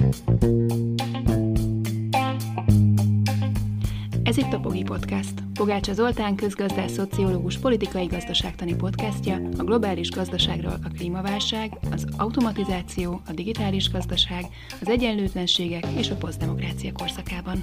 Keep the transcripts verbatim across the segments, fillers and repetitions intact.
Ez itt a Pogi Podcast. Pogácsa Zoltán közgazdász, szociológus, politikai-gazdaságtani podcastja a globális gazdaságról, a klímaválság, az automatizáció, a digitális gazdaság, az egyenlőtlenségek és a posztdemokrácia korszakában.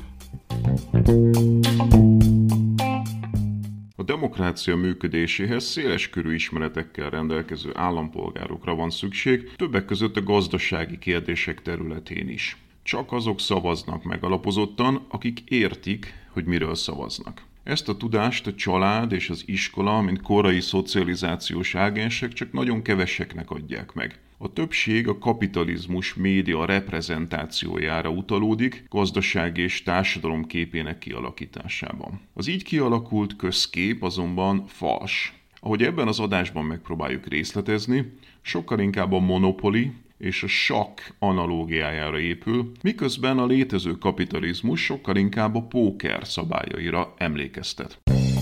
A demokrácia működéséhez széleskörű ismeretekkel rendelkező állampolgárokra van szükség, többek között a gazdasági kérdések területén is. Csak azok szavaznak megalapozottan, akik értik, hogy miről szavaznak. Ezt a tudást a család és az iskola, mint korai szocializációs ágensek csak nagyon keveseknek adják meg. A többség a kapitalizmus média reprezentációjára utalódik gazdasági és társadalom képének kialakításában. Az így kialakult közkép azonban fals. Ahogy ebben az adásban megpróbáljuk részletezni, sokkal inkább a monopoli és a sakk analógiájára épül, miközben a létező kapitalizmus sokkal inkább a póker szabályaira emlékeztet.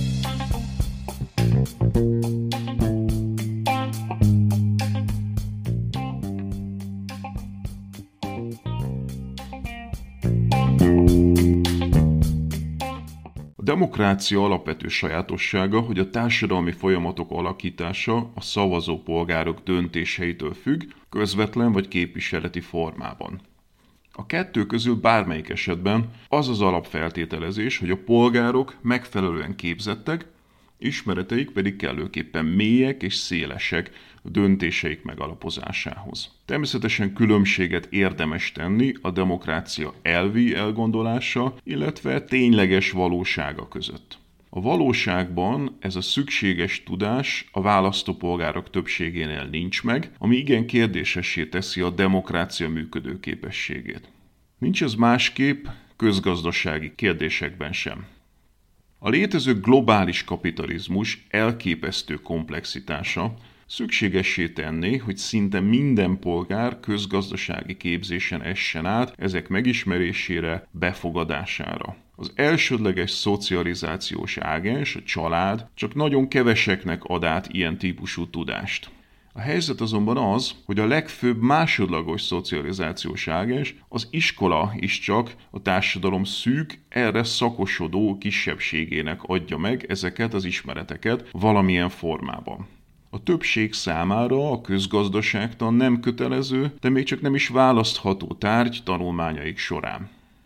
A demokrácia alapvető sajátossága, hogy a társadalmi folyamatok alakítása a szavazó polgárok döntéseitől függ, közvetlen vagy képviseleti formában. A kettő közül bármelyik esetben az az alapfeltételezés, hogy a polgárok megfelelően képzettek, ismereteik pedig kellőképpen mélyek és szélesek a döntéseik megalapozásához. Természetesen különbséget érdemes tenni a demokrácia elvi elgondolása, illetve tényleges valósága között. A valóságban ez a szükséges tudás a választópolgárok többségénél nincs meg, ami igen kérdésessé teszi a demokrácia működőképességét. Nincs ez másképp közgazdasági kérdésekben sem. A létező globális kapitalizmus elképesztő komplexitása szükségessé tenné, hogy szinte minden polgár közgazdasági képzésen essen át ezek megismerésére, befogadására. Az elsődleges szocializációs ágens, a család csak nagyon keveseknek ad át ilyen típusú tudást. A helyzet azonban az, hogy a legfőbb másodlagos szocializációs ágens, az iskola is csak a társadalom szűk, erre szakosodó kisebbségének adja meg ezeket az ismereteket valamilyen formában. A többség számára a közgazdaságtan nem kötelező, de még csak nem is választható tárgy tanulmányaik során.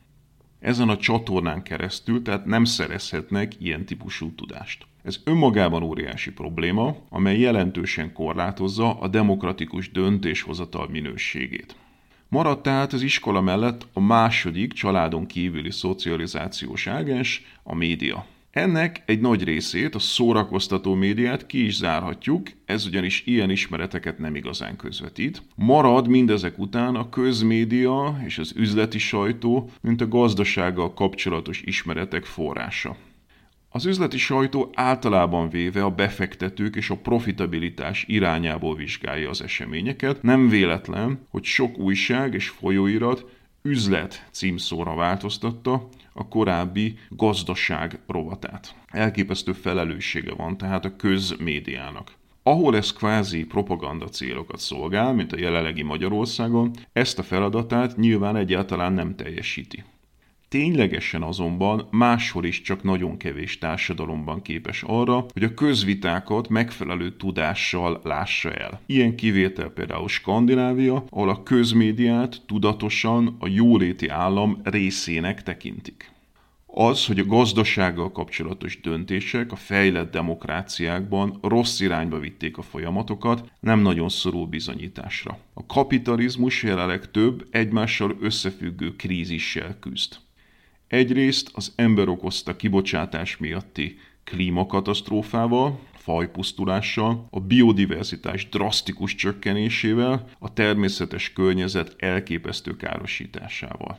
Ezen a csatornán keresztül tehát nem szerezhetnek ilyen típusú tudást. Ez önmagában óriási probléma, amely jelentősen korlátozza a demokratikus döntéshozatal minőségét. Maradt tehát az iskola mellett a második családon kívüli szocializációs ágens, a média. Ennek egy nagy részét, a szórakoztató médiát ki is zárhatjuk, ez ugyanis ilyen ismereteket nem igazán közvetít. Marad mindezek után a közmédia és az üzleti sajtó, mint a gazdasággal kapcsolatos ismeretek forrása. Az üzleti sajtó általában véve a befektetők és a profitabilitás irányából vizsgálja az eseményeket. Nem véletlen, hogy sok újság és folyóirat üzlet címszóra változtatta a korábbi gazdaság rovatát. Elképesztő felelőssége van tehát a közmédiának. Ahol ez kvázi propaganda célokat szolgál, mint a jelenlegi Magyarországon, ezt a feladatát nyilván egyáltalán nem teljesíti. Ténylegesen azonban máshol is csak nagyon kevés társadalomban képes arra, hogy a közvitákat megfelelő tudással lássa el. Ilyen kivétel például Skandinávia, ahol a közmédiát tudatosan a jóléti állam részének tekintik. Az, hogy a gazdasággal kapcsolatos döntések a fejlett demokráciákban rossz irányba vitték a folyamatokat, nem nagyon szorul bizonyításra. A kapitalizmus jelenleg több egymással összefüggő krízissel küzd. Egyrészt az ember okozta kibocsátás miatti klímakatasztrófával, fajpusztulással, a biodiverzitás drasztikus csökkenésével, a természetes környezet elképesztő károsításával.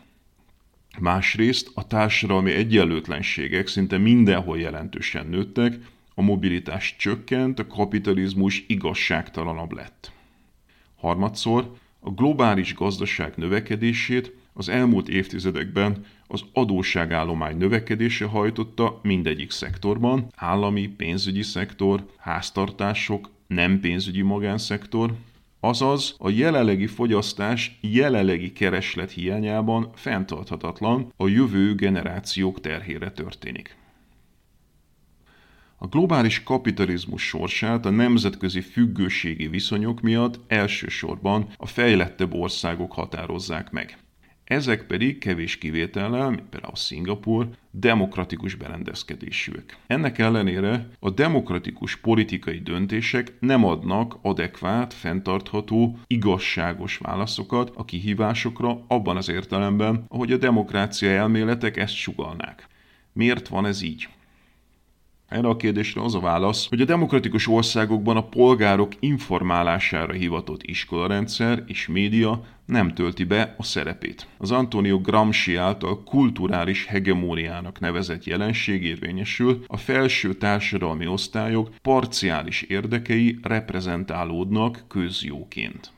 Másrészt a társadalmi egyenlőtlenségek szinte mindenhol jelentősen nőttek, a mobilitás csökkent, a kapitalizmus igazságtalanabb lett. Harmadszor a globális gazdaság növekedését az elmúlt évtizedekben az adósságállomány növekedése hajtotta mindegyik szektorban, állami, pénzügyi szektor, háztartások, nem pénzügyi magánszektor. azaz a jelenlegi fogyasztás jelenlegi kereslet hiányában fenntarthatatlan, a jövő generációk terhére történik. A globális kapitalizmus sorsát a nemzetközi függőségi viszonyok miatt elsősorban a fejlettebb országok határozzák meg. Ezek pedig kevés kivétellel, mint például Szingapúr, demokratikus berendezkedésűek. Ennek ellenére a demokratikus politikai döntések nem adnak adekvát, fenntartható, igazságos válaszokat a kihívásokra abban az értelemben, ahogy a demokrácia elméletek ezt sugallnák. Miért van ez így? Erre a kérdésre az a válasz, hogy a demokratikus országokban a polgárok informálására hivatott iskolarendszer és média nem tölti be a szerepét. Az Antonio Gramsci által kulturális hegemóniának nevezett jelenség érvényesül, a felső társadalmi osztályok parciális érdekei reprezentálódnak közjóként.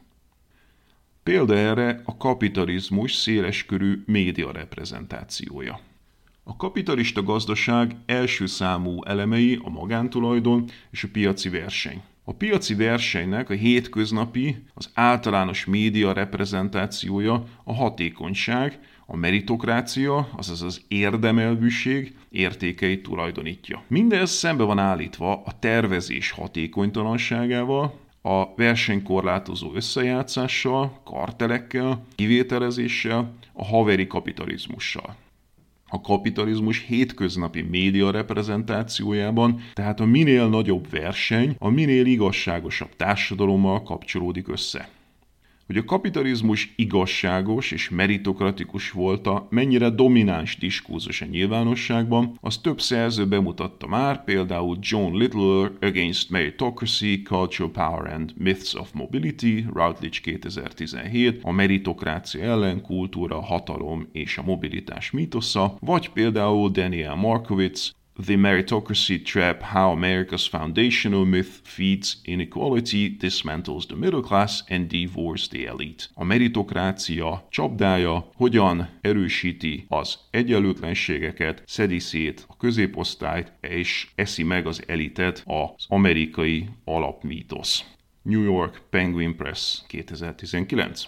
Példa erre a kapitalizmus széleskörű média reprezentációja. A kapitalista gazdaság első számú elemei a magántulajdon és a piaci verseny. A piaci versenynek a hétköznapi, az általános média reprezentációja a hatékonyság, a meritokrácia, azaz az érdemelvűség értékeit tulajdonítja. Mindez szembe van állítva a tervezés hatékonytalanságával, a versenykorlátozó összejátszással, kartelekkel, kivételezéssel, a haveri kapitalizmussal. A kapitalizmus hétköznapi média reprezentációjában, tehát a minél nagyobb verseny, a minél igazságosabb társadalommal kapcsolódik össze. Hogy a kapitalizmus igazságos és meritokratikus volt-a, mennyire domináns diskurzus a nyilvánosságban, az több szerző bemutatta már, például John Littler, Against Meritocracy, Cultural Power and Myths of Mobility, Routledge kétezer-tizenhét, a meritokrácia ellen, kultúra, hatalom és a mobilitás mítosza, vagy például Daniel Markovits, The Meritocracy Trap, How America's Foundational Myth Feeds Inequality, Dismantles the Middle Class and Divorces the Elite. A meritokrácia csapdája hogyan erősíti az egyenlőtlenségeket, szedi szét a középosztályt és eszi meg az elitet az amerikai alapmítosz. New York Penguin Press kétezer-tizenkilenc.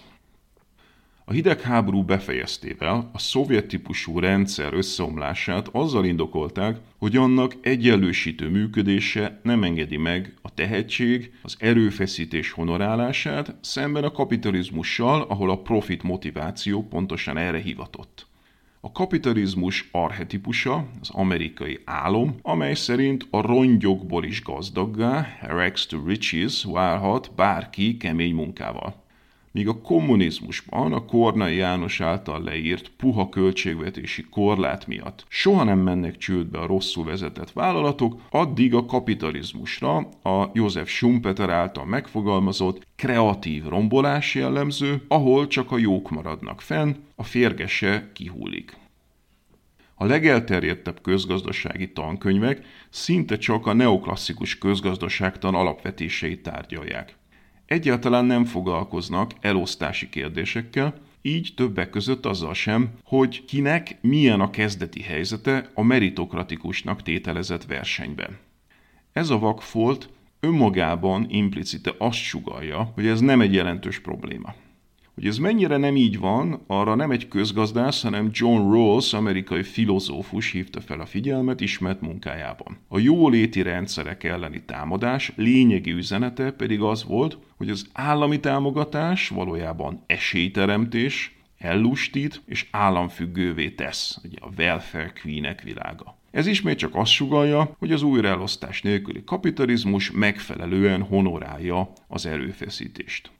A hidegháború befejeztével a szovjet típusú rendszer összeomlását azzal indokolták, hogy annak egyenlősítő működése nem engedi meg a tehetség, az erőfeszítés honorálását, szemben a kapitalizmussal, ahol a profit motiváció pontosan erre hivatott. A kapitalizmus archetipusa az amerikai álom, amely szerint a rongyokból is gazdaggá, rags to riches válhat bárki kemény munkával. Míg a kommunizmusban a Kornai János által leírt puha költségvetési korlát miatt soha nem mennek csődbe a rosszul vezetett vállalatok, addig a kapitalizmusra a József Schumpeter által megfogalmazott kreatív rombolás jellemző, ahol csak a jók maradnak fenn, a férgese kihullik. A legelterjedtebb közgazdasági tankönyvek szinte csak a neoklasszikus közgazdaságtan alapvetéseit tárgyalják. Egyáltalán nem foglalkoznak elosztási kérdésekkel, így többek között azzal sem, hogy kinek milyen a kezdeti helyzete a meritokratikusnak tételezett versenyben. Ez a vakfolt önmagában implicite azt sugallja, hogy ez nem egy jelentős probléma. Hogy ez mennyire nem így van, arra nem egy közgazdász, hanem John Rawls, amerikai filozófus hívta fel a figyelmet ismert munkájában. A jóléti rendszerek elleni támadás lényegi üzenete pedig az volt, hogy az állami támogatás valójában esélyteremtés, ellustít és államfüggővé tesz, ugye a welfare queenek világa. Ez ismét csak azt sugallja, hogy az újraelosztás nélküli kapitalizmus megfelelően honorálja az erőfeszítést.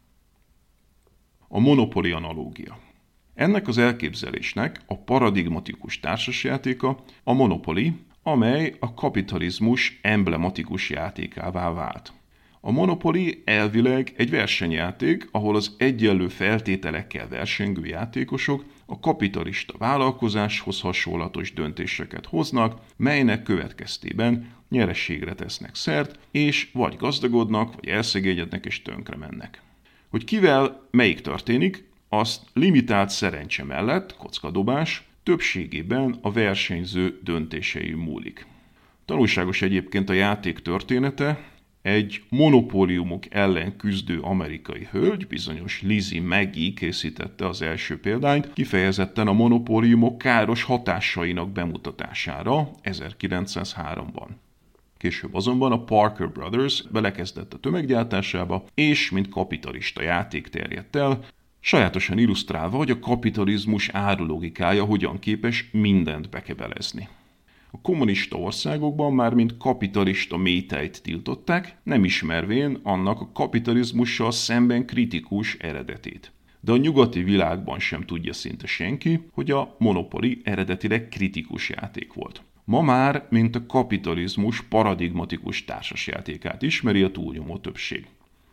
A monopoli analógia. Ennek az elképzelésnek a paradigmatikus társasjátéka a Monopoly, amely a kapitalizmus emblematikus játékává vált. A Monopoly elvileg egy versenyjáték, ahol az egyenlő feltételekkel versengő játékosok a kapitalista vállalkozáshoz hasonlatos döntéseket hoznak, melynek következtében nyereségre tesznek szert, és vagy gazdagodnak, vagy elszegényednek és tönkre mennek. Hogy kivel melyik történik, azt limitált szerencse mellett, kockadobás, többségében a versenyző döntései múlik. Tanulságos egyébként a játék története, Egy monopóliumok ellen küzdő amerikai hölgy, bizonyos Lizzie Magie készítette az első példányt, kifejezetten a monopóliumok káros hatásainak bemutatására ezerkilencszázháromban. Később azonban a Parker Brothers belekezdett a tömeggyártásába, és mint kapitalista játék terjedt el, sajátosan illusztrálva, hogy a kapitalizmus árulogikája hogyan képes mindent bekebelezni. A kommunista országokban már mint kapitalista métejt tiltották, nem ismervén annak a kapitalizmussal szemben kritikus eredetét. De a nyugati világban sem tudja szinte senki, hogy a Monopoly eredetileg kritikus játék volt. Ma már, mint a kapitalizmus paradigmatikus társasjátékát ismeri a túlnyomó többség.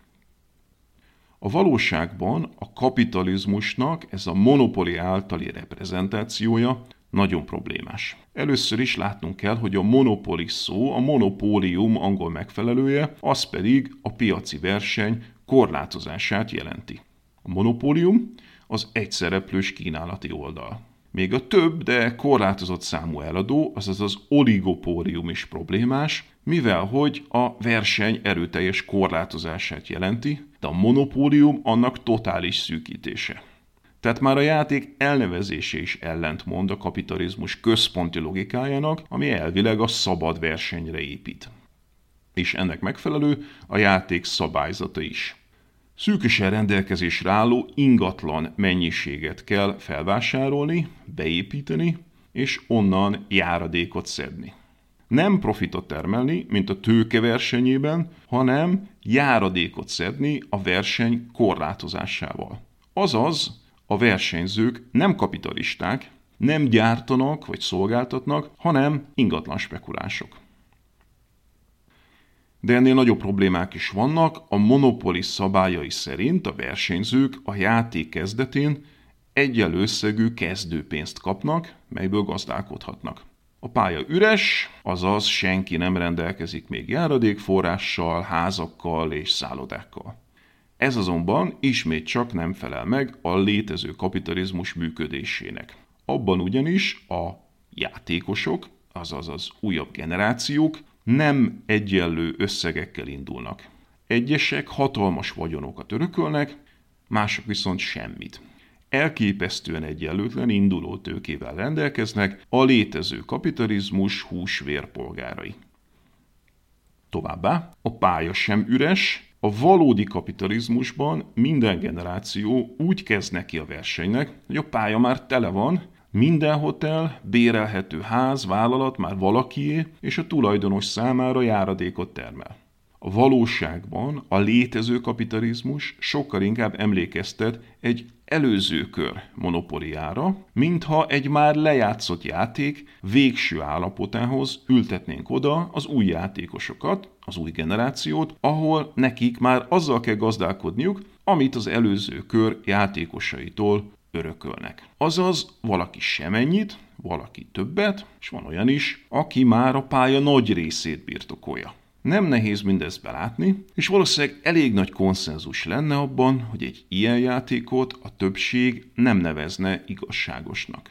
A valóságban a kapitalizmusnak ez a Monopoly általi reprezentációja nagyon problémás. Először is látnunk kell, hogy a monopoly szó a monopólium angol megfelelője, az pedig a piaci verseny korlátozását jelenti. A monopólium az egyszereplős kínálati oldal. Még a több, de korlátozott számú eladó, azaz az oligopólium is problémás, mivel hogy a verseny erőteljes korlátozását jelenti, de a monopólium annak totális szűkítése. Tehát már a játék elnevezése is ellentmond a kapitalizmus központi logikájának, ami elvileg a szabad versenyre épít. És ennek megfelelő a játék szabályzata is. Szűkösen rendelkezésre álló ingatlan mennyiséget kell felvásárolni, beépíteni, és onnan járadékot szedni. Nem profitot termelni, mint a tőke versenyében, hanem járadékot szedni a verseny korlátozásával. Azaz, a versenyzők nem kapitalisták, nem gyártanak vagy szolgáltatnak, hanem ingatlan spekulánsok. De ennél nagyobb problémák is vannak, a Monopoly szabályai szerint a versenyzők a játék kezdetén egyenlő összegű kezdőpénzt kapnak, melyből gazdálkodhatnak. A pálya üres, azaz senki nem rendelkezik még járadékforrással, házakkal és szállodákkal. Ez azonban ismét csak nem felel meg a létező kapitalizmus működésének. Abban ugyanis a játékosok, azaz az újabb generációk nem egyenlő összegekkel indulnak. Egyesek hatalmas vagyonokat örökölnek, mások viszont semmit. Elképesztően egyenlőtlen induló tőkével rendelkeznek a létező kapitalizmus húsvérpolgárai. Továbbá a pálya sem üres, a valódi kapitalizmusban minden generáció úgy kezd neki a versenynek, hogy a pálya már tele van, minden hotel, bérelhető ház, vállalat már valakié, és a tulajdonos számára járadékot termel. A valóságban a létező kapitalizmus sokkal inkább emlékeztet egy előző kör monopóliára, mintha egy már lejátszott játék végső állapotához ültetnénk oda az új játékosokat, az új generációt, ahol nekik már azzal kell gazdálkodniuk, amit az előző kör játékosaitól örökölnek. Azaz valaki semennyit, valaki többet, és van olyan is, aki már a pálya nagy részét birtokolja. Nem nehéz mindezt belátni, és valószínűleg elég nagy konszenzus lenne abban, hogy egy ilyen játékot a többség nem nevezne igazságosnak.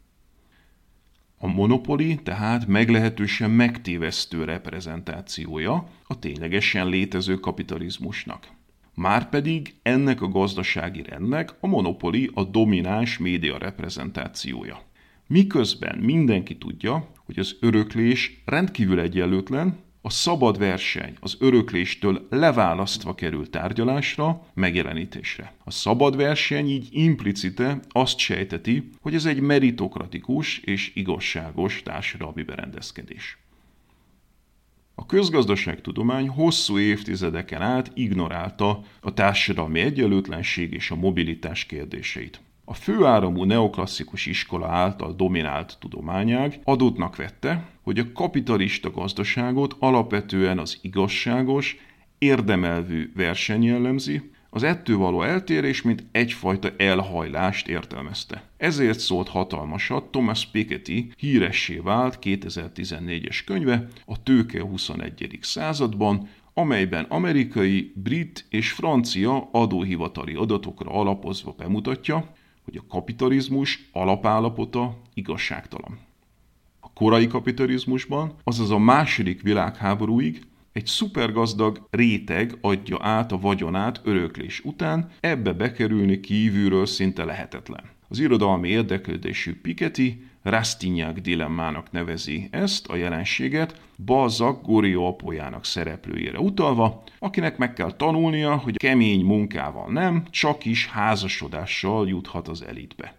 A Monopoly tehát meglehetősen megtévesztő reprezentációja a ténylegesen létező kapitalizmusnak. Márpedig ennek a gazdasági rendnek a Monopoly a domináns média reprezentációja. Miközben mindenki tudja, hogy az öröklés rendkívül egyenlőtlen, a szabad verseny az örökléstől leválasztva kerül tárgyalásra, megjelenítésre. A szabad verseny így implicite azt sejteti, hogy ez egy meritokratikus és igazságos társadalmi berendezkedés. A közgazdaságtudomány hosszú évtizedeken át ignorálta a társadalmi egyenlőtlenség és a mobilitás kérdéseit. A főáramú neoklasszikus iskola által dominált tudományág adottnak vette, hogy a kapitalista gazdaságot alapvetően az igazságos, érdemelvű verseny jellemzi, az ettől való eltérés, mint egyfajta elhajlást értelmezte. Ezért szólt hatalmasat Thomas Piketty híressé vált kétezer-tizennégyes könyve a Tőke a huszonegyedik században, amelyben amerikai, brit és francia adóhivatali adatokra alapozva bemutatja, hogy a kapitalizmus alapállapota igazságtalan. A korai kapitalizmusban, azaz a második világháborúig Egy szupergazdag réteg adja át a vagyonát öröklés után, ebbe bekerülni kívülről szinte lehetetlen. Az irodalmi érdeklődésű Piketty Rastignac dilemmának nevezi ezt a jelenséget, Balzac Goriot apójának szereplőjére utalva, akinek meg kell tanulnia, hogy kemény munkával nem, csak is házasodással juthat az elitbe.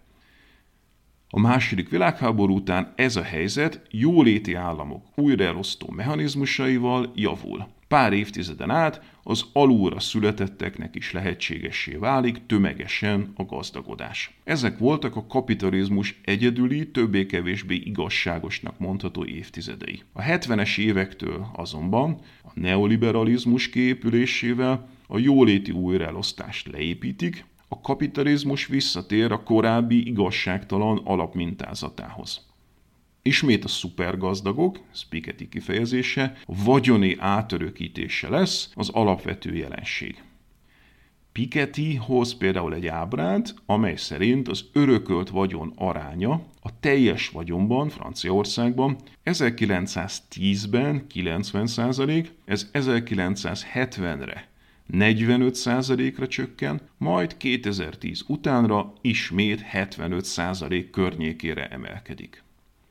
A második világháború után ez a helyzet jóléti államok újraelosztó mechanizmusaival javul. Pár évtizeden át az alulra születetteknek is lehetségessé válik tömegesen a gazdagodás. Ezek voltak a kapitalizmus egyedüli, többé-kevésbé igazságosnak mondható évtizedei. A hetvenes évektől azonban a neoliberalizmus kiépülésével a jóléti újraelosztást leépítik, a kapitalizmus visszatér a korábbi igazságtalan alapmintázatához. Ismét a szupergazdagok, ez Piketty kifejezése, a vagyoni átörökítése lesz az alapvető jelenség. Piketty hoz például egy ábrát, amely szerint az örökölt vagyon aránya a teljes vagyonban Franciaországban ezerkilencszáztízben kilencven százalék, ez ezerkilencszázhetvenre negyvenöt százalékra csökken, majd kétezer-tíz utánra ismét hetvenöt százalék környékére emelkedik.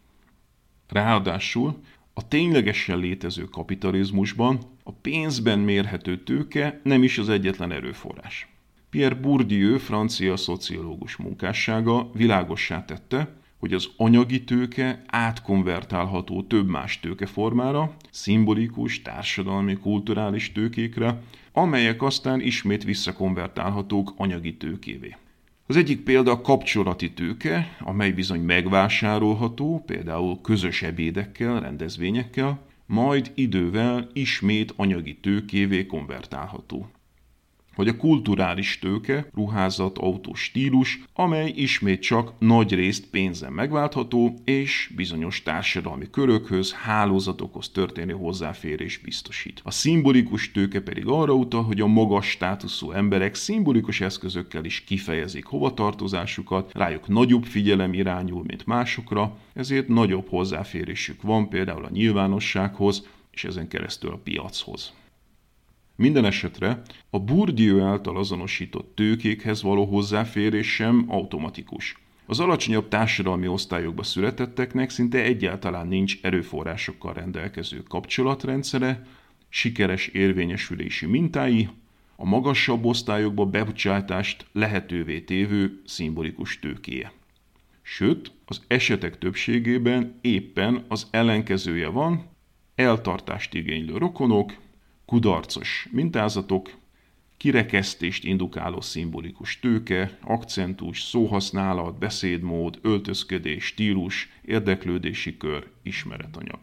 Ráadásul a ténylegesen létező kapitalizmusban a pénzben mérhető tőke nem is az egyetlen erőforrás. Pierre Bourdieu francia szociológus munkássága világossá tette, hogy az anyagi tőke átkonvertálható több más tőkeformára, szimbolikus, társadalmi, kulturális tőkékre, amelyek aztán ismét visszakonvertálhatók anyagi tőkévé. Az egyik példa a kapcsolati tőke, amely bizony megvásárolható, például közös ebédekkel, rendezvényekkel, majd idővel ismét anyagi tőkévé konvertálható. Vagy a kulturális tőke, ruházat, autó, stílus, amely ismét csak nagy részt pénzen megváltható, és bizonyos társadalmi körökhöz, hálózatokhoz történő hozzáférés biztosít. A szimbolikus tőke pedig arra utal, hogy a magas státuszú emberek szimbolikus eszközökkel is kifejezik hovatartozásukat, rájuk nagyobb figyelem irányul, mint másokra, ezért nagyobb hozzáférésük van például a nyilvánossághoz, és ezen keresztül a piachoz. Minden esetre a Bourdieu által azonosított tőkékhez való hozzáférés sem automatikus. Az alacsonyabb társadalmi osztályokba születetteknek szinte egyáltalán nincs erőforrásokkal rendelkező kapcsolatrendszere, sikeres érvényesülési mintái, a magasabb osztályokba bebocsátást lehetővé tévő szimbolikus tőkéje. Sőt, az esetek többségében éppen az ellenkezője van, eltartást igénylő rokonok, kudarcos mintázatok, kirekesztést indukáló szimbolikus tőke, akcentus, szóhasználat, beszédmód, öltözködés, stílus, érdeklődési kör, ismeretanyag.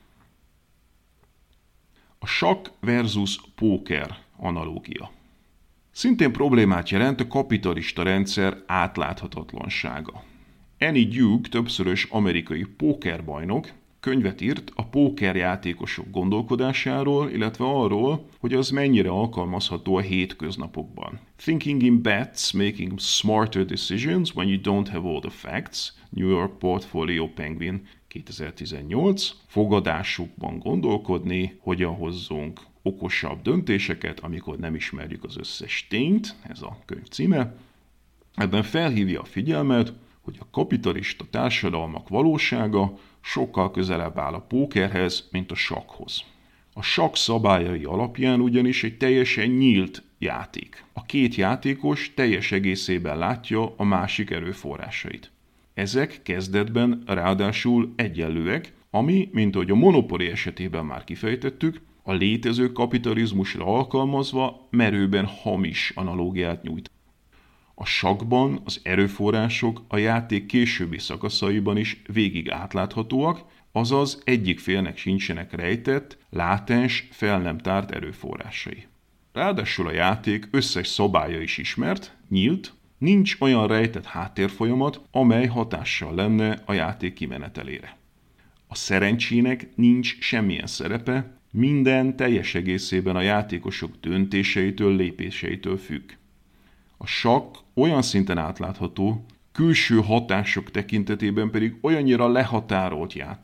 A sakk versus póker analógia. Szintén problémát jelent a kapitalista rendszer átláthatatlansága. Annie Duke, többszörös amerikai pókerbajnok, könyvet írt a pókerjátékosok gondolkodásáról, illetve arról, hogy az mennyire alkalmazható a hétköznapokban. Thinking in bets, making smarter decisions when you don't have all the facts, New York Portfolio Penguin kétezer-tizennyolc. Fogadásukban gondolkodni, hogyan hozzunk okosabb döntéseket, amikor nem ismerjük az összes tényt, ez a könyv címe. Ebben felhívja a figyelmet, hogy a kapitalista társadalmak valósága sokkal közelebb áll a pókerhez, mint a sakkhoz. A sakk szabályai alapján ugyanis egy teljesen nyílt játék. A két játékos teljes egészében látja a másik erőforrásait. Ezek kezdetben ráadásul egyenlőek, ami, mint ahogy a Monopoly esetében már kifejtettük, a létező kapitalizmusra alkalmazva merőben hamis analógiát nyújt. A sakkban az erőforrások a játék későbbi szakaszaiban is végig átláthatóak, azaz egyik félnek sincsenek rejtett, látens, fel nem tárt erőforrásai. Ráadásul a játék összes szabálya is ismert, nyílt, nincs olyan rejtett háttérfolyamat, amely hatással lenne a játék kimenetelére. A szerencsének nincs semmilyen szerepe, minden teljes egészében a játékosok döntéseitől, lépéseitől függ. A sakk olyan szinten átlátható, külső hatások tekintetében pedig olyannyira lehatárolt játék,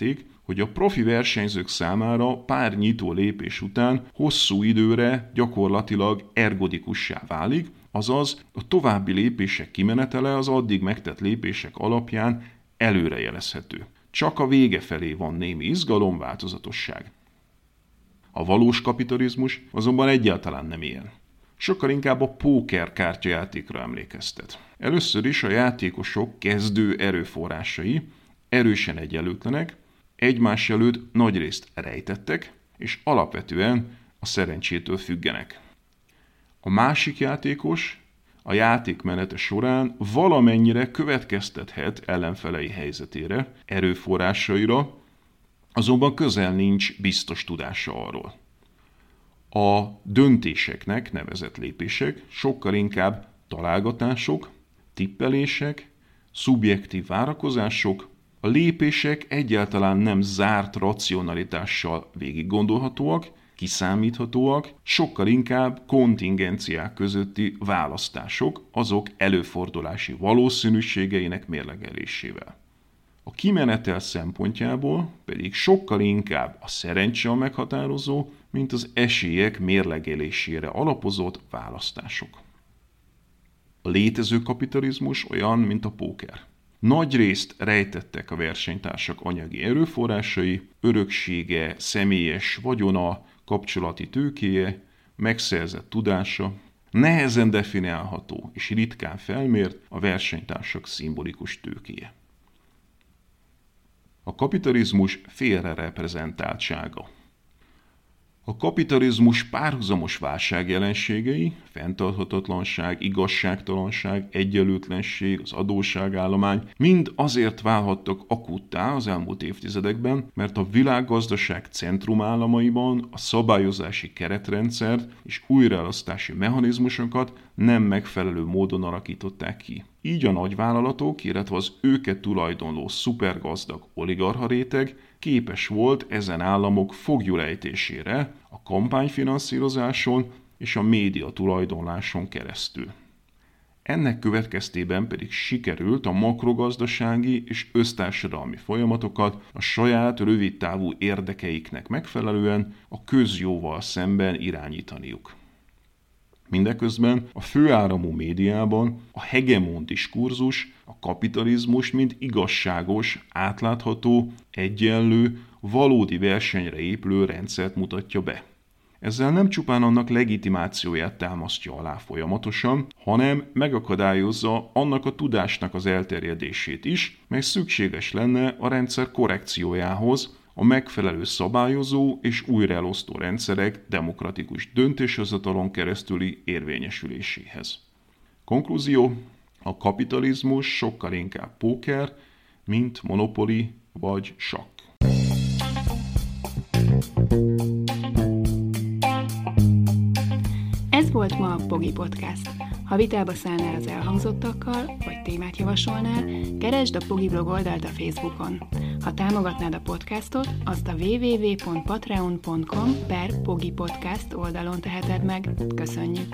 hogy a profi versenyzők számára pár nyitó lépés után hosszú időre gyakorlatilag ergodikussá válik, azaz a további lépések kimenetele az addig megtett lépések alapján előrejelezhető. Csak a vége felé van némi izgalom, változatosság. A valós kapitalizmus azonban egyáltalán nem ilyen. Sokkal inkább a póker kártyajátékra emlékeztet. Először is a játékosok kezdő erőforrásai erősen egyenlőtlenek, egymás előtt nagyrészt rejtettek, és alapvetően a szerencsétől függenek. A másik játékos a játékmenete során valamennyire következtethet ellenfelei helyzetére, erőforrásaira, azonban közel nincs biztos tudása arról. A döntéseknek nevezett lépések sokkal inkább találgatások, tippelések, szubjektív várakozások, a lépések egyáltalán nem zárt racionalitással végiggondolhatóak, kiszámíthatóak, sokkal inkább kontingenciák közötti választások, azok előfordulási valószínűségeinek mérlegelésével. A kimenetel szempontjából pedig sokkal inkább a szerencse a meghatározó, mint az esélyek mérlegelésére alapozott választások. A létező kapitalizmus olyan, mint a póker. Nagyrészt rejtettek a versenytársak anyagi erőforrásai, öröksége, személyes vagyona, kapcsolati tőkéje, megszerzett tudása, nehezen definiálható és ritkán felmért a versenytársak szimbolikus tőkéje. A kapitalizmus félrereprezentáltsága. A kapitalizmus párhuzamos válságjelenségei, fenntarthatatlanság, igazságtalanság, egyenlőtlenség, az adósságállomány mind azért válhattak akuttá az elmúlt évtizedekben, mert a világgazdaság centrumállamaiban a szabályozási keretrendszert és újraelosztási mechanizmusokat nem megfelelő módon alakították ki. Így a nagyvállalatok, illetve az őket tulajdonló szupergazdag oligarcha réteg képes volt ezen államok foglyulejtésére a kampányfinanszírozáson és a média tulajdonláson keresztül. Ennek következtében pedig sikerült a makrogazdasági és össztársadalmi folyamatokat a saját rövidtávú érdekeiknek megfelelően a közjóval szemben irányítaniuk. Mindeközben a főáramú médiában a hegemon diskurzus a kapitalizmus mint igazságos, átlátható, egyenlő, valódi versenyre épülő rendszert mutatja be. Ezzel nem csupán annak legitimációját támasztja alá folyamatosan, hanem megakadályozza annak a tudásnak az elterjedését is, mely szükséges lenne a rendszer korrekciójához, a megfelelő szabályozó és újraelosztó rendszerek demokratikus döntéshozatalon keresztüli érvényesüléséhez. Konklúzió: a kapitalizmus sokkal inkább póker, mint monopoli vagy sakk. Ez volt ma a Pogi Podcast. Ha vitába szállnál az elhangzottakkal, vagy témát javasolnál, keresd a Pogi blog oldalt a Facebookon. Ha támogatnád a podcastot, azt a www.patreon.com per Pogi Podcast oldalon teheted meg. Köszönjük!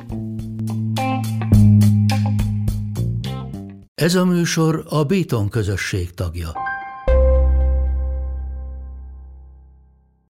Ez a műsor a Béton közösség tagja.